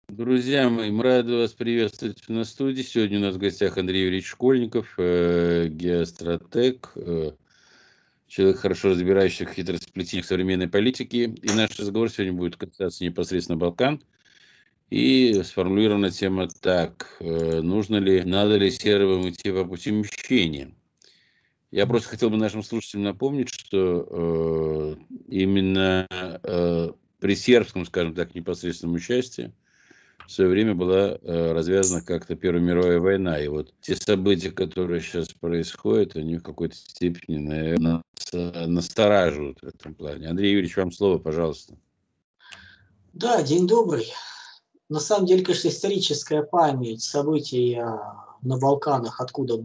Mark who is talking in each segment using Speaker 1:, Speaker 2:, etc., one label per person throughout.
Speaker 1: Друзья мои, мы рады вас приветствовать на студии. Сегодня у нас в гостях Андрей Юрьевич Школьников, геостратег, человек, хорошо разбирающийся в хитросплетениях современной политики. И наш разговор сегодня будет касаться непосредственно Балкан. И сформулирована тема так: надо ли сербам идти по пути мщения? Я просто хотел бы нашим слушателям напомнить, что именно при сербском, скажем так, непосредственном участии в свое время была развязана как-то Первая мировая война. И вот те события, которые сейчас происходят, они в какой-то степени, наверное, настораживают в этом плане. Андрей Юрьевич, вам слово, пожалуйста.
Speaker 2: Да, день добрый. На самом деле, конечно, историческая память событий на Балканах, откуда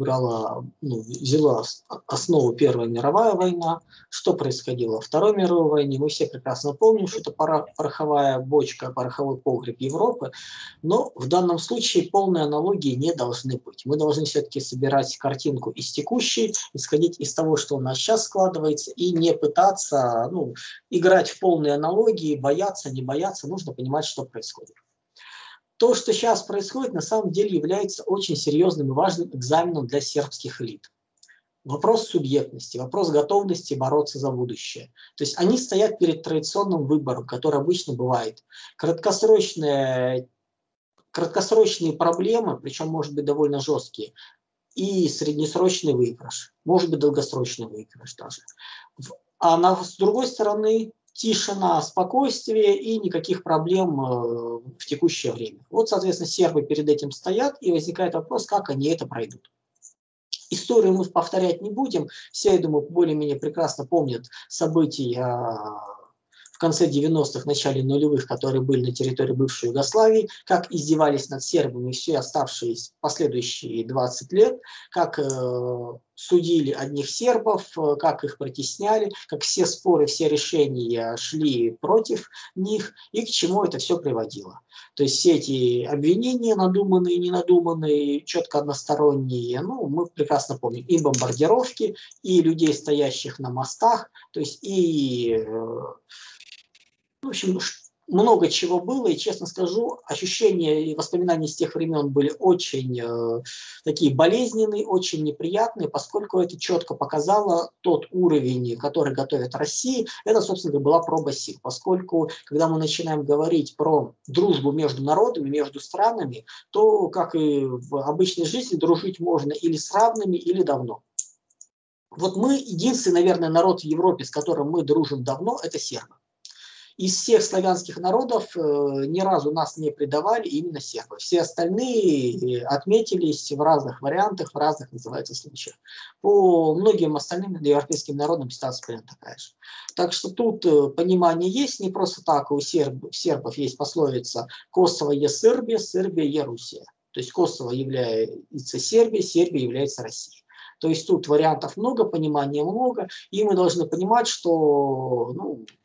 Speaker 2: взяла основу Первая мировая война, что происходило во Второй мировой войне, мы все прекрасно помним, что это пороховая бочка, пороховой погреб Европы, но в данном случае полной аналогии не должны быть. Мы должны все-таки собирать картинку из текущей, исходить из того, что у нас сейчас складывается, и не пытаться играть в полные аналогии, бояться, не бояться, нужно понимать, что происходит. То, что сейчас происходит, на самом деле является очень серьезным и важным экзаменом для сербских элит. Вопрос субъектности, вопрос готовности бороться за будущее. То есть они стоят перед традиционным выбором, который обычно бывает. Краткосрочные проблемы, причем, может быть, довольно жесткие, и среднесрочный выигрыш, может быть, долгосрочный выигрыш даже. С другой стороны, тишина, спокойствие и никаких проблем в текущее время. Вот, соответственно, сербы перед этим стоят, и возникает вопрос, как они это пройдут. Историю мы повторять не будем. Все, я думаю, более-менее прекрасно помнят события в конце 90-х, начале нулевых, которые были на территории бывшей Югославии, как издевались над сербами все оставшиеся последующие 20 лет, как судили одних сербов, как их притесняли, как все споры, все решения шли против них, и к чему это все приводило. То есть все эти обвинения, надуманные, ненадуманные, четко односторонние, мы прекрасно помним и бомбардировки, и людей, стоящих на мостах, то есть и в общем, много чего было, и, честно скажу, ощущения и воспоминания с тех времен были очень такие болезненные, очень неприятные, поскольку это четко показало тот уровень, который готовит России. Это, собственно говоря, была проба сил, поскольку, когда мы начинаем говорить про дружбу между народами, между странами, то, как и в обычной жизни, дружить можно или с равными, или давно. Вот мы единственный, наверное, народ в Европе, с которым мы дружим давно, это сербы. Из всех славянских народов ни разу нас не предавали именно сербы. Все остальные отметились в разных вариантах, в разных, называется, случаях. По многим остальным европейским народам ситуация примерно такая же. Так что тут понимание есть, не просто так. У сербов есть пословица «Косово е Сербия, Сербия е Руссия». То есть Косово является Сербией, Сербия является Россией. То есть тут вариантов много, понимания много, и мы должны понимать, что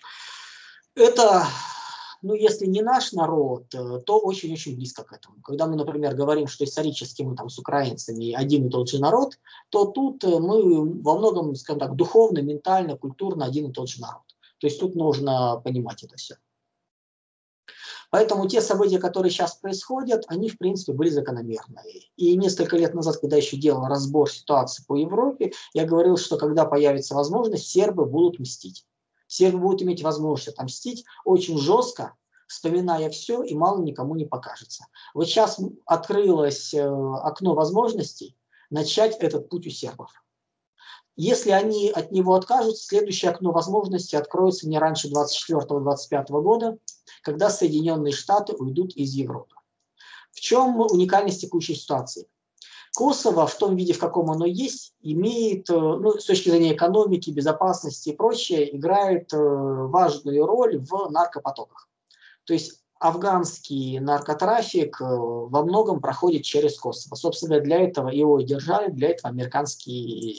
Speaker 2: это, если не наш народ, то очень-очень близко к этому. Когда мы, например, говорим, что исторически мы там с украинцами один и тот же народ, то тут мы во многом, скажем так, духовно, ментально, культурно один и тот же народ. То есть тут нужно понимать это все. Поэтому те события, которые сейчас происходят, они, в принципе, были закономерные. И несколько лет назад, когда еще делал разбор ситуации по Европе, я говорил, что когда появится возможность, сербы будут мстить. Сербы будут иметь возможность отомстить очень жестко, вспоминая все, и мало никому не покажется. Вот сейчас открылось окно возможностей начать этот путь у сербов. Если они от него откажутся, следующее окно возможностей откроется не раньше 2024-2025 года, когда Соединенные Штаты уйдут из Европы. В чем уникальность текущей ситуации? Косово в том виде, в каком оно есть, имеет, с точки зрения экономики, безопасности и прочее, играет важную роль в наркопотоках. То есть афганский наркотрафик во многом проходит через Косово. Собственно, для этого его и держали, для этого американцы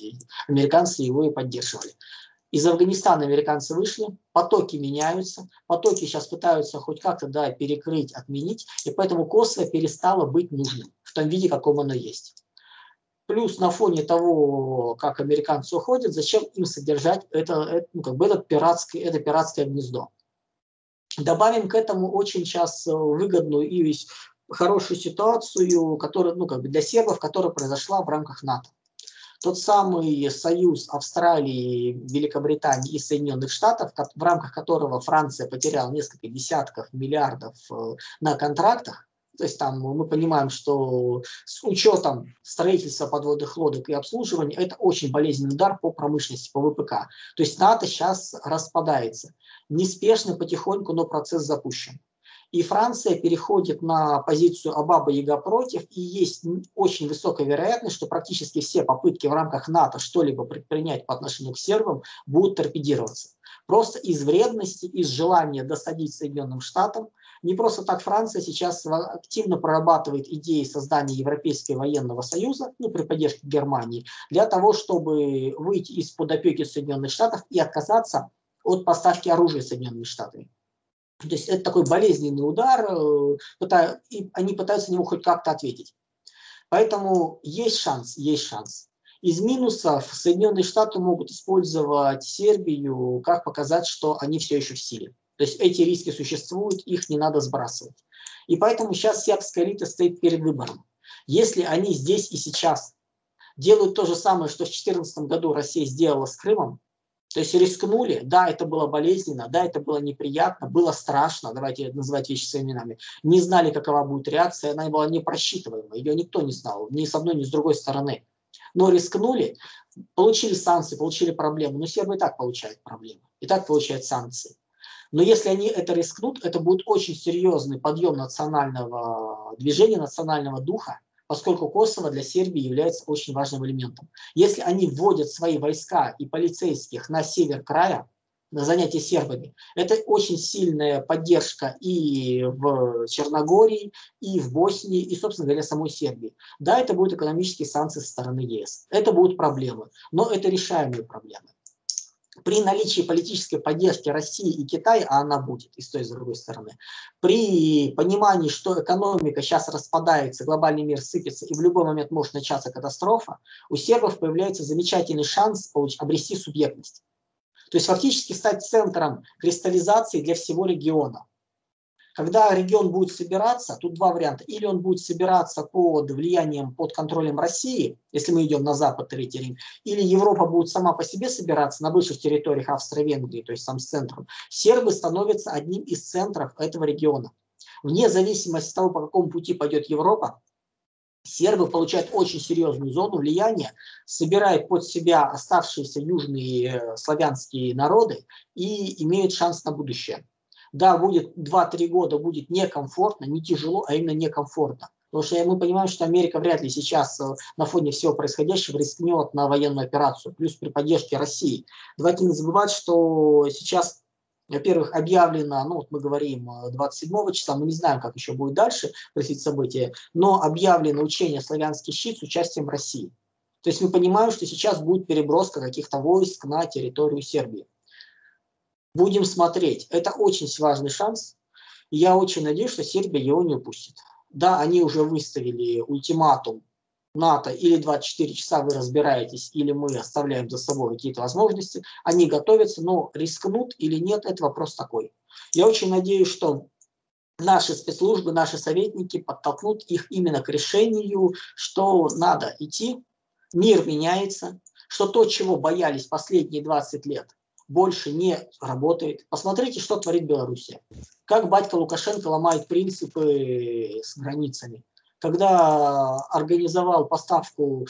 Speaker 2: его и поддерживали. Из Афганистана американцы вышли, потоки меняются, потоки сейчас пытаются хоть как-то перекрыть, отменить, и поэтому Косово перестало быть нужным в том виде, каком оно есть. Плюс на фоне того, как американцы уходят, зачем им содержать это пиратское гнездо. Добавим к этому очень сейчас выгодную и хорошую ситуацию, которая, ну, как бы для сербов, которая произошла в рамках НАТО. Тот самый союз Австралии, Великобритании и Соединенных Штатов, в рамках которого Франция потеряла несколько десятков миллиардов на контрактах. То есть там мы понимаем, что с учетом строительства подводных лодок и обслуживания это очень болезненный удар по промышленности, по ВПК. То есть НАТО сейчас распадается. Неспешно, потихоньку, но процесс запущен. И Франция переходит на позицию Абаба-Яга против, и есть очень высокая вероятность, что практически все попытки в рамках НАТО что-либо предпринять по отношению к сербам будут торпедироваться. Просто из вредности, из желания досадить Соединенным Штатам. Не просто так Франция сейчас активно прорабатывает идеи создания Европейского военного союза, ну, при поддержке Германии, для того, чтобы выйти из-под опеки Соединенных Штатов и отказаться от поставки оружия Соединенными Штатами. То есть это такой болезненный удар, и они пытаются на него хоть как-то ответить. Поэтому есть шанс, есть шанс. Из минусов Соединенные Штаты могут использовать Сербию, как показать, что они все еще в силе. То есть эти риски существуют, их не надо сбрасывать. И поэтому сейчас сербская элита стоит перед выбором. Если они здесь и сейчас делают то же самое, что в 2014 году Россия сделала с Крымом, то есть рискнули, да, это было болезненно, да, это было неприятно, было страшно, давайте называть вещи своими именами. Не знали, какова будет реакция, она была непросчитываема, ее никто не знал, ни с одной, ни с другой стороны. Но рискнули, получили санкции, получили проблемы. Но сербы и так получают проблемы, и так получают санкции. Но если они это рискнут, это будет очень серьезный подъем национального движения, национального духа, поскольку Косово для Сербии является очень важным элементом. Если они вводят свои войска и полицейских на север края, на занятия сербами, это очень сильная поддержка и в Черногории, и в Боснии, и, собственно говоря, самой Сербии. Да, это будут экономические санкции со стороны ЕС. Это будут проблемы, но это решаемые проблемы. При наличии политической поддержки России и Китая, а она будет и с той, и с другой стороны, при понимании, что экономика сейчас распадается, глобальный мир сыпется, и в любой момент может начаться катастрофа, у сербов появляется замечательный шанс обрести субъектность. То есть фактически стать центром кристаллизации для всего региона. Когда регион будет собираться, тут два варианта. Или он будет собираться под влиянием, под контролем России, если мы идем на запад, Третий Рим, или Европа будет сама по себе собираться на бывших территориях Австро-Венгрии, то есть сам с центром. Сербы становятся одним из центров этого региона. Вне зависимости от того, по какому пути пойдет Европа, сербы получают очень серьезную зону влияния, собирают под себя оставшиеся южные славянские народы и имеют шанс на будущее. Да, будет 2-3 года, будет некомфортно, не тяжело, а именно некомфортно. Потому что мы понимаем, что Америка вряд ли сейчас на фоне всего происходящего рискнет на военную операцию, плюс при поддержке России. Давайте не забывать, что сейчас, во-первых, объявлено, ну вот мы говорим 27 числа, мы не знаем, как еще будет дальше происходить события, но объявлено учение «Славянский щит» с участием России. То есть мы понимаем, что сейчас будет переброска каких-то войск на территорию Сербии. Будем смотреть. Это очень важный шанс. И я очень надеюсь, что Сербия его не упустит. Да, они уже выставили ультиматум НАТО, или 24 часа вы разбираетесь, или мы оставляем за собой какие-то возможности. Они готовятся, но рискнут или нет, это вопрос такой. Я очень надеюсь, что наши спецслужбы, наши советники подтолкнут их именно к решению, что надо идти, мир меняется, что то, чего боялись последние 20 лет, больше не работает. Посмотрите, что творит Белоруссия. Как батька Лукашенко ломает принципы с границами. Когда организовал поставку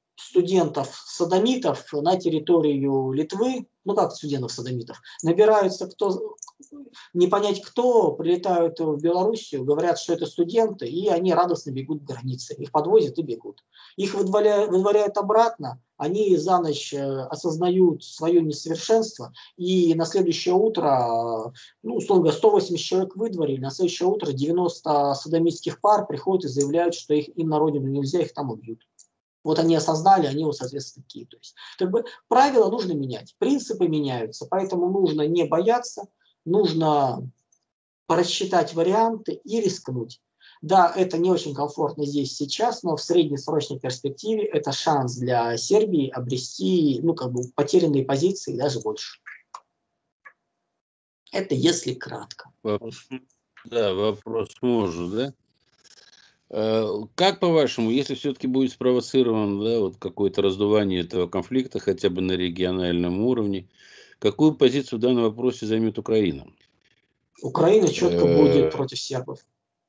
Speaker 2: студентов-содомитов на территорию Литвы, ну как студентов-содомитов, набираются кто, не понять кто, прилетают в Белоруссию, говорят, что это студенты, и они радостно бегут к границе. Их подвозят и бегут. Их выдворяют обратно, они за ночь осознают свое несовершенство, и на следующее утро, ну, условно говоря, 180 человек выдворили, на следующее утро 90 содомитских пар приходят и заявляют, что им на родину нельзя, их там убьют. Вот они осознали, они вот, соответственно, такие. То есть, как бы, правила нужно менять, принципы меняются, поэтому нужно не бояться, нужно просчитать варианты и рискнуть. Да, это не очень комфортно здесь сейчас, но в среднесрочной перспективе это шанс для Сербии обрести, ну, как бы, потерянные позиции и даже больше. Это если кратко.
Speaker 1: Вопрос, да, вопрос можно, да? Как по-вашему, если все-таки будет спровоцирован, да, вот какое-то раздувание этого конфликта хотя бы на региональном уровне, какую позицию в данном вопросе займет Украина?
Speaker 2: Украина четко будет
Speaker 1: Э,
Speaker 2: против сербов.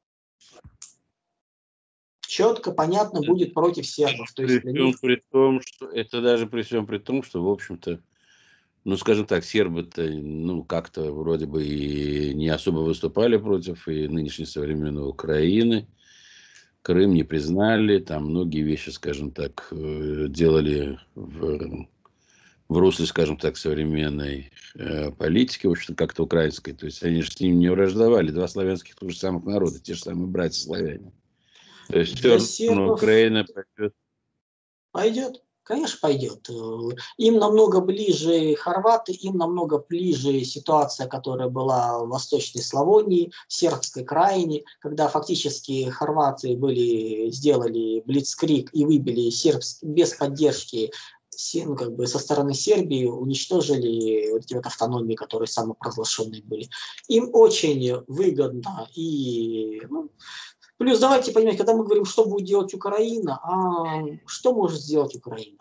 Speaker 2: Четко, понятно, будет против сербов. То есть
Speaker 1: При
Speaker 2: для
Speaker 1: всем
Speaker 2: них
Speaker 1: при том, что это даже при всем при том, что, в общем-то, ну, скажем так, сербы-то, ну, как-то вроде бы и не особо выступали против и нынешней современной Украины. Крым не признали, там многие вещи, скажем так, делали в русле, скажем так, современной политики, в общем-то, как-то украинской. То есть они же с ним не враждовали. Два славянских тоже самых народа, те же самые братья-славяне. То есть
Speaker 2: для
Speaker 1: все равно
Speaker 2: сербов
Speaker 1: Украина пойдет.
Speaker 2: пойдет. Конечно, пойдет. Им намного ближе хорваты, им намного ближе ситуация, которая была в Восточной Славонии, в Сербской Краине, когда фактически хорваты сделали блицкриг и выбили без поддержки ну, как бы со стороны Сербии, уничтожили вот эти вот автономии, которые самопровозглашенные были. Им очень выгодно и ну, плюс давайте понимать, когда мы говорим, что будет делать Украина, а что может сделать Украина?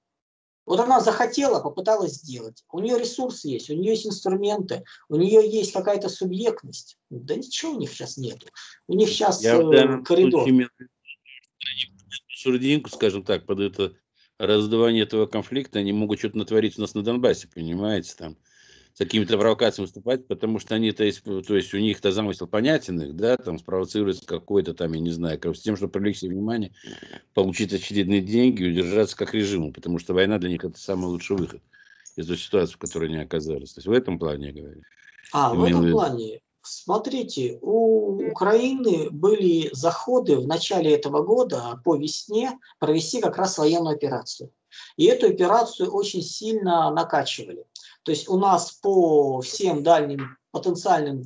Speaker 2: Вот она захотела, попыталась сделать. У нее ресурсы есть, у нее есть инструменты, у нее есть какая-то субъектность. Да ничего у них сейчас нету. У них сейчас
Speaker 1: Я в данном случае
Speaker 2: коридор.
Speaker 1: имею в виду, что они сурдинку, скажем так, под это раздувание этого конфликта, они могут что-то натворить у нас на Донбассе, понимаете, там, с какими-то провокациями выступать, потому что они, то есть у них-то замысел понятен, их, да, там спровоцировать какой-то там, я не знаю, с тем, чтобы привлечь себе внимание, получить очередные деньги и удержаться как режиму, потому что война для них это самый лучший выход из той ситуации, в которой они оказались. То есть в этом плане я говорю.
Speaker 2: В
Speaker 1: Имел в
Speaker 2: этом
Speaker 1: виду.
Speaker 2: плане, смотрите, у Украины были заходы в начале этого года по весне провести как раз военную операцию. И эту операцию очень сильно накачивали. То есть у нас по всем дальним потенциальным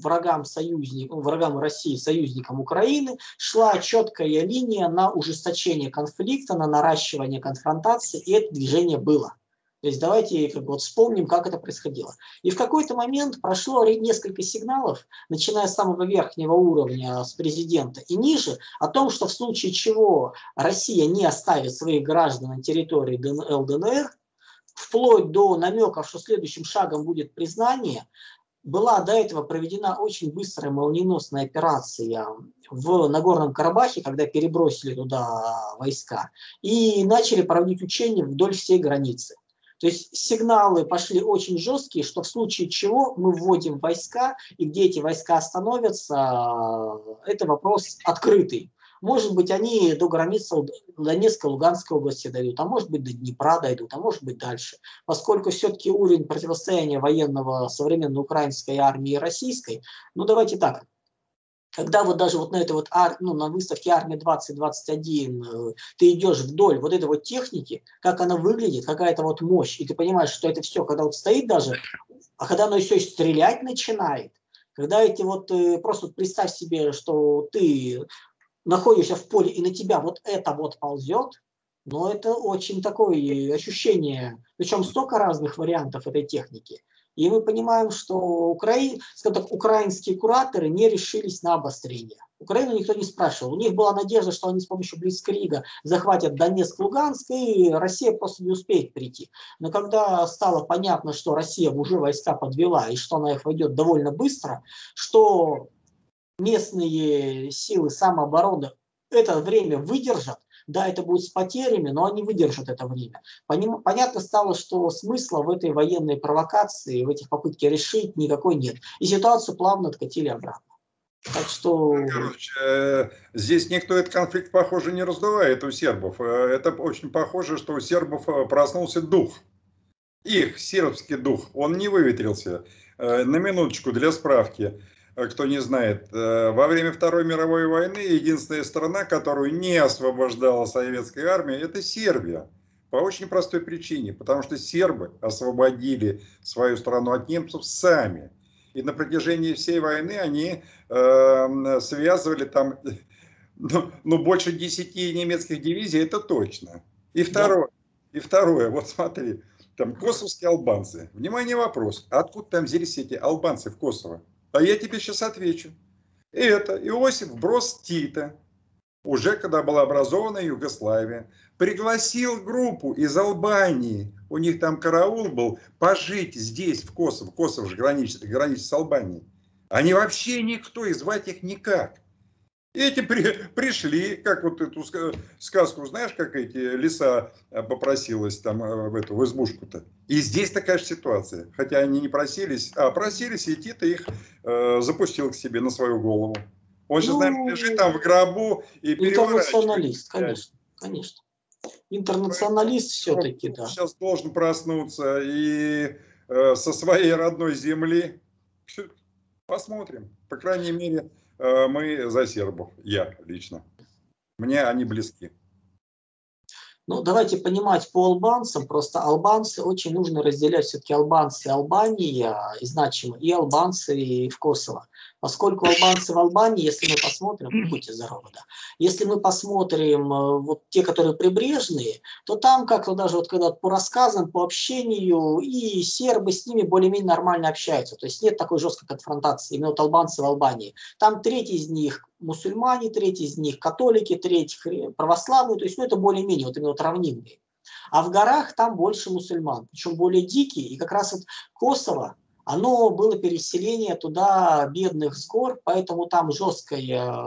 Speaker 2: врагам России, союзникам Украины, шла четкая линия на ужесточение конфликта, на наращивание конфронтации, и это движение было. То есть давайте вспомним, как это происходило. И в какой-то момент прошло несколько сигналов, начиная с самого верхнего уровня, с президента и ниже, о том, что в случае чего Россия не оставит своих граждан на территории ЛДНР, вплоть до намеков, что следующим шагом будет признание, была до этого проведена очень быстрая молниеносная операция в Нагорном Карабахе, когда перебросили туда войска, и начали проводить учения вдоль всей границы. То есть сигналы пошли очень жесткие, что в случае чего мы вводим войска, и где эти войска остановятся, это вопрос открытый. Может быть, они до границы Донецкой, Луганской области дойдут, а может быть, до Днепра дойдут, а может быть, дальше. Поскольку все-таки уровень противостояния военного современной украинской армии и российской, ну давайте так, когда вот даже вот на этой вот на выставке «Армия 2021» ты идешь вдоль вот этой вот техники, как она выглядит, какая-то вот мощь, и ты понимаешь, что это все, когда вот стоит даже, а когда оно еще и стрелять начинает, когда эти вот, просто представь себе, что ты находишься в поле и на тебя вот это вот ползет, но это очень такое ощущение, причем столько разных вариантов этой техники. И мы понимаем, что скажем так, украинские кураторы не решились на обострение. Украину никто не спрашивал. У них была надежда, что они с помощью Блицкрига захватят Донецк, Луганск, и Россия просто не успеет прийти. Но когда стало понятно, что Россия уже войска подвела, и что она их войдет довольно быстро, что местные силы самообороны это время выдержат, да, это будет с потерями, но они выдержат это время. Понятно стало, что смысла в этой военной провокации, в этих попытках решить никакой нет. И ситуацию плавно откатили обратно. Так что...
Speaker 3: Короче, здесь никто этот конфликт, похоже, не раздувает у сербов. Это очень похоже, что у сербов проснулся дух. Их сербский дух, он не выветрился. На минуточку для справки, кто не знает, во время Второй мировой войны единственная страна, которую не освобождала советская армия, это Сербия. По очень простой причине, потому что сербы освободили свою страну от немцев сами. И на всей войны они связывали там больше 10 немецких дивизий, это точно. И второе, вот смотри, Там косовские албанцы. Внимание, вопрос. Откуда там взялись эти албанцы в Косово? А я тебе сейчас отвечу. Это Иосиф Брос Тита, уже когда была образована Югославия, пригласил группу из Албании, у них там караул был, пожить здесь, в Косово. Косово же граничит с Албанией. Они вообще никто, и звать их никак. Эти пришли, как вот эту сказку, знаешь, как эти лиса попросилась там в избушку-то. И здесь такая же ситуация. Хотя они не просились, просились, и Тита их запустил к себе на свою голову. Он сейчас, наверное, лежит там в гробу и переворачивает.
Speaker 2: Интернационалист, конечно, конечно. Интернационалист все-таки, да.
Speaker 3: Сейчас должен проснуться и со своей родной земли. Посмотрим. По крайней мере, мы за сербов. Я лично. Мне они близки.
Speaker 2: Ну, давайте понимать по албанцам, просто албанцы очень нужно разделять все-таки албанцы Албания и значимо, и албанцы в Косово. Поскольку албанцы в Албании, если мы посмотрим, будьте здоровы, да, если мы посмотрим вот те, которые прибрежные, то там как-то даже вот когда по рассказам, по общению, и сербы с ними более-менее нормально общаются. То есть нет такой жесткой конфронтации, именно вот албанцы в Албании. Там треть из них мусульмане, треть из них католики, треть православные, то есть ну, это более-менее вот именно вот равнинные. А в горах там больше мусульман, причем более дикие, и как раз вот Косово, оно было переселение туда бедных с гор, поэтому там жесткое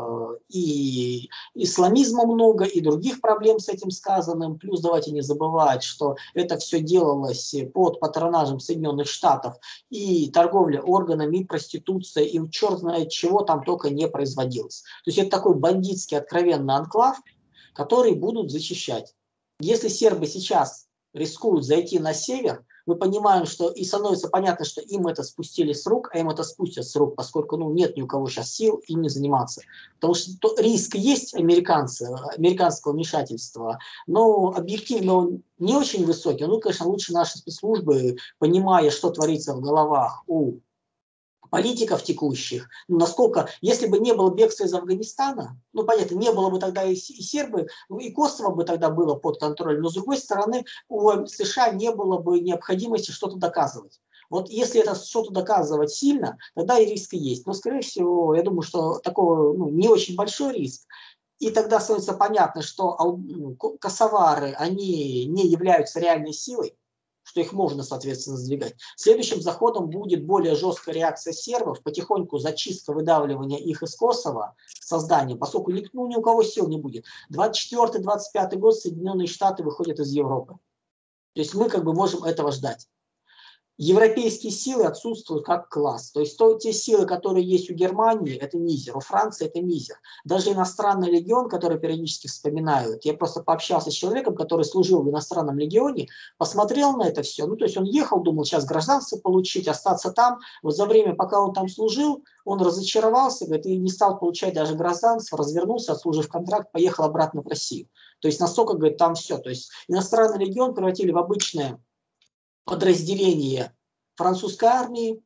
Speaker 2: и исламизма много, и других проблем с этим сказанным. Плюс давайте не забывать, что это все делалось под патронажем Соединенных Штатов, и торговля органами, и проституция, и черт знает чего там только не производилось. То есть это такой бандитский откровенный анклав, который будут защищать. Если сербы сейчас рискуют зайти на север, мы понимаем, что и становится понятно, что им это спустили с рук, а им это спустят с рук, поскольку ну, нет ни у кого сейчас сил им не заниматься. Потому что риск есть американского вмешательства, но объективно он не очень высокий. Ну, конечно, лучше наши спецслужбы, понимая, что творится в головах у политиков текущих, ну, насколько, если бы не было бегства из Афганистана, ну, понятно, не было бы тогда и сербы, ну, и Косово бы тогда было под контролем, но, с другой стороны, у США не было бы необходимости что-то доказывать. Вот если это что-то доказывать сильно, тогда и риск есть. Но, скорее всего, я думаю, что такого ну, не очень большой риск. И тогда становится понятно, что косовары, они не являются реальной силой, что их можно, соответственно, сдвигать. Следующим заходом будет более жесткая реакция сербов, потихоньку зачистка, выдавливание их из Косово, создание, поскольку ни у кого сил не будет. 24-25 год Соединенные Штаты выходят из Европы. То есть мы как бы можем этого ждать. Европейские силы отсутствуют как класс. То есть те силы, которые есть у Германии, это мизер, у Франции это мизер. Даже иностранный легион, который периодически вспоминают, я просто пообщался с человеком, который служил в иностранном легионе, посмотрел на это все. Ну, то есть он ехал, думал, сейчас гражданство получить, остаться там. Вот за время, пока он там служил, он разочаровался, говорит, и не стал получать даже гражданство, развернулся, отслужив контракт, поехал обратно в Россию. То есть настолько, говорит, там все. То есть иностранный легион превратили в обычное подразделение французской армии.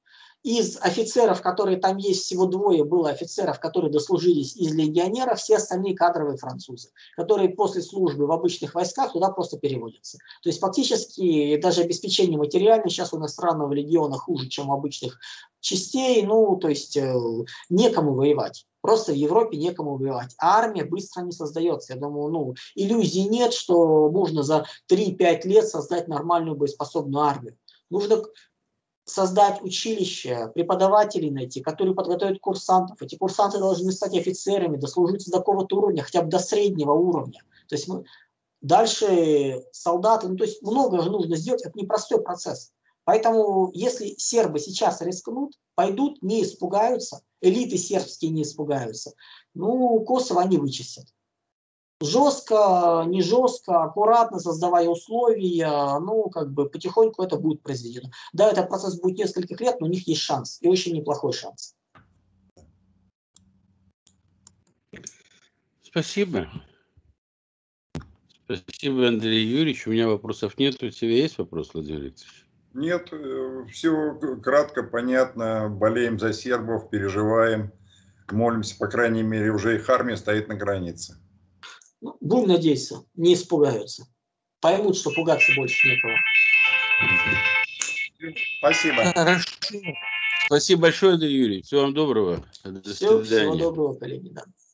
Speaker 2: Из офицеров, которые там есть, всего двое было офицеров, которые дослужились из легионеров, все остальные кадровые французы, которые после службы в обычных войсках туда просто переводятся. То есть фактически даже обеспечение материальное сейчас у иностранного легиона хуже, чем у обычных частей, ну то есть некому воевать. Просто в Европе некому воевать. А армия быстро не создается. Я думаю, ну, иллюзий нет, что можно за 3-5 лет создать нормальную боеспособную армию. Нужно создать училище, преподавателей найти, которые подготовят курсантов. Эти курсанты должны стать офицерами, дослужиться до какого-то уровня, хотя бы до среднего уровня. То есть дальше солдаты, ну то есть много же нужно сделать, это непростой процесс. Поэтому если сербы сейчас рискнут, пойдут, не испугаются, элиты сербские не испугаются, ну Косово они вычистят. Жестко, не жестко, аккуратно, создавая условия, ну, как бы потихоньку это будет произведено. Да, этот процесс будет нескольких лет, но у них есть шанс, и очень неплохой шанс.
Speaker 1: Спасибо. Спасибо, Андрей Юрьевич. У меня вопросов нет. У тебя есть вопрос, Владимир Викторович?
Speaker 3: Нет, все кратко, понятно. Болеем за сербов, переживаем, молимся, по крайней мере, уже их армия стоит на границе.
Speaker 2: Ну, будем надеяться, не испугаются. Поймут, что пугаться больше некого.
Speaker 3: Спасибо.
Speaker 1: Хорошо. Спасибо большое, Андрей Юрьевич. Всего вам доброго. До
Speaker 2: Всего
Speaker 1: свидания.
Speaker 2: доброго, коллеги. Да.